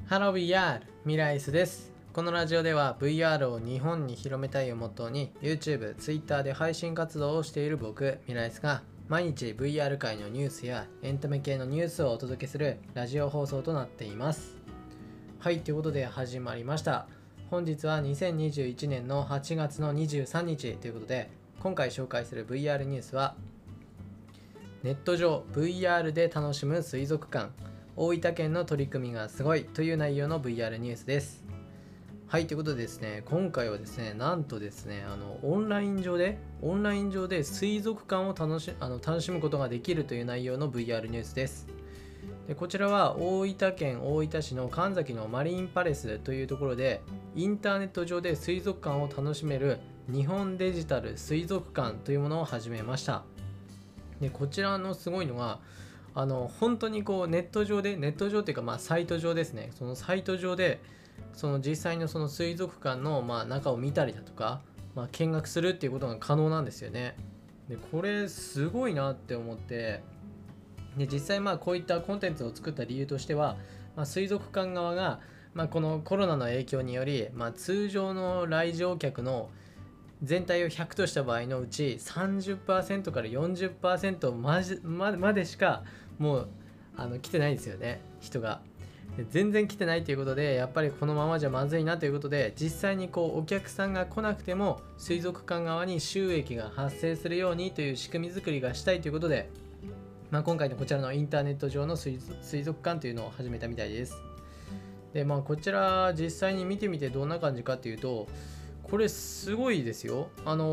ハロー VR ミライスです。このラジオでは VR を日本に広めたいをモットーに YouTube、Twitter で配信活動をしている僕、ミライスが毎日 VR 界のニュースやエンタメ系のニュースをお届けするラジオ放送となっています。はい、ということで始まりました。本日は2021年の8月の23日ということで、今回紹介する VR ニュースはネット上 VR で楽しむ水族館、大分県の取り組みがすごいという内容の VR ニュースです。はい、ということでですね、今回はですね、なんとですね、オンライン上で水族館を楽しむことができるという内容の VR ニュースです。でこちらは大分県大分市の神崎のマリンパレスというところで、インターネット上で水族館を楽しめる日本デジタル水族館というものを始めました。でこちらのすごいのが、本当にこうネット上っていうか、サイト上ですね。そのサイト上でその実際のその水族館の中を見たりだとか、見学するっていうことが可能なんですよね。でこれすごいなって思って、で実際こういったコンテンツを作った理由としては、水族館側が、このコロナの影響により、通常の来場客の全体を100とした場合のうち 30% から 40% までしかもう来てないんですよね、人が。で全然来てないということで、やっぱりこのままじゃまずいなということで、実際にこうお客さんが来なくても水族館側に収益が発生するようにという仕組み作りがしたいということで、今回のこちらのインターネット上の水族館というのを始めたみたいです。でこちら実際に見てみてどんな感じかというと、これすごいですよ。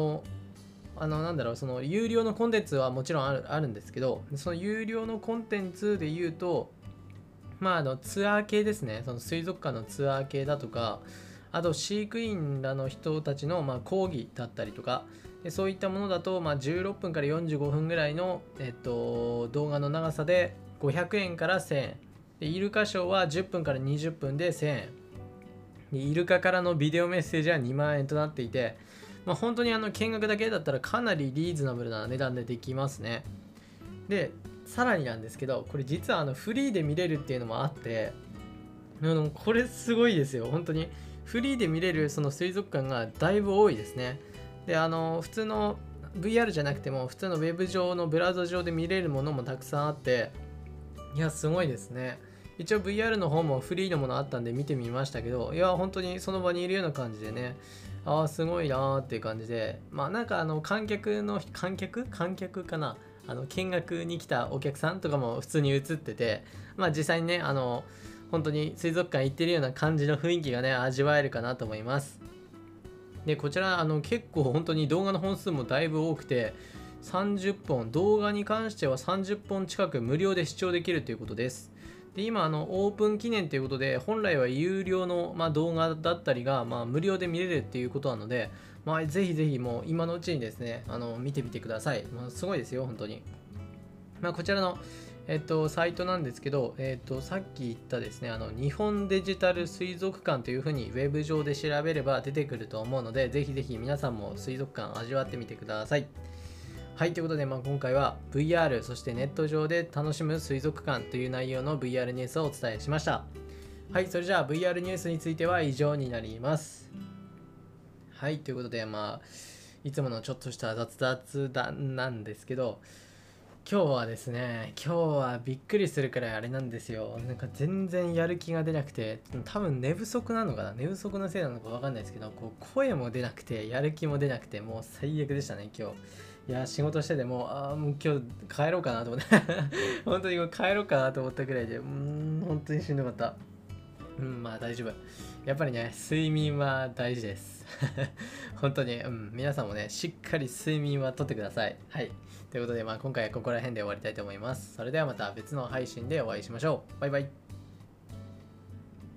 その有料のコンテンツはもちろんあるんですけど、その有料のコンテンツで言うと、ツアー系ですね。その水族館のツアー系だとか、あと飼育員らの人たちの講義だったりとか、そういったものだと16分から45分ぐらいの、動画の長さで500円から1000円で、イルカショーは10分から20分で1000円で、イルカからのビデオメッセージは2万円となっていて、本当に見学だけだったらかなりリーズナブルな値段でできますね。でさらになんですけど、これ実はフリーで見れるっていうのもあって、これすごいですよ。本当にフリーで見れるその水族館がだいぶ多いですね。で普通の VR じゃなくても普通のウェブ上のブラウザ上で見れるものもたくさんあって、いやすごいですね。一応 VR の方もフリーのものあったんで見てみましたけど、いや本当にその場にいるような感じでね、すごいなーっていう感じで、観客かな、見学に来たお客さんとかも普通に映ってて、実際にね本当に水族館行ってるような感じの雰囲気がね味わえるかなと思います。でこちら結構本当に動画の本数もだいぶ多くて、30本、動画に関しては30本近く無料で視聴できるということです。で今オープン記念ということで、本来は有料の、動画だったりが、無料で見れるっていうことなので、ぜひぜひもう今のうちにですね見てみてください。すごいですよ本当に。こちらのサイトなんですけど、さっき言ったですね日本デジタル水族館というふうにウェブ上で調べれば出てくると思うので、ぜひぜひ皆さんも水族館味わってみてください。はい、ということで、今回は VR そしてネット上で楽しむ水族館という内容の VR ニュースをお伝えしました。はい、それじゃあ VR ニュースについては以上になります。はい、ということでいつものちょっとした雑談なんですけど、今日はびっくりするくらいあれなんですよ。なんか全然やる気が出なくて、多分寝不足なのかな、寝不足のせいなのか分かんないですけど、声も出なくてやる気も出なくて、もう最悪でしたね今日。いや仕事しててもう今日帰ろうかなと思って本当に帰ろうかなと思ったくらいで、本当にしんどかった。大丈夫。やっぱりね睡眠は大事です本当に、皆さんもねしっかり睡眠はとってください。はい、ということで今回はここら辺で終わりたいと思います。それではまた別の配信でお会いしましょう。バイバイ。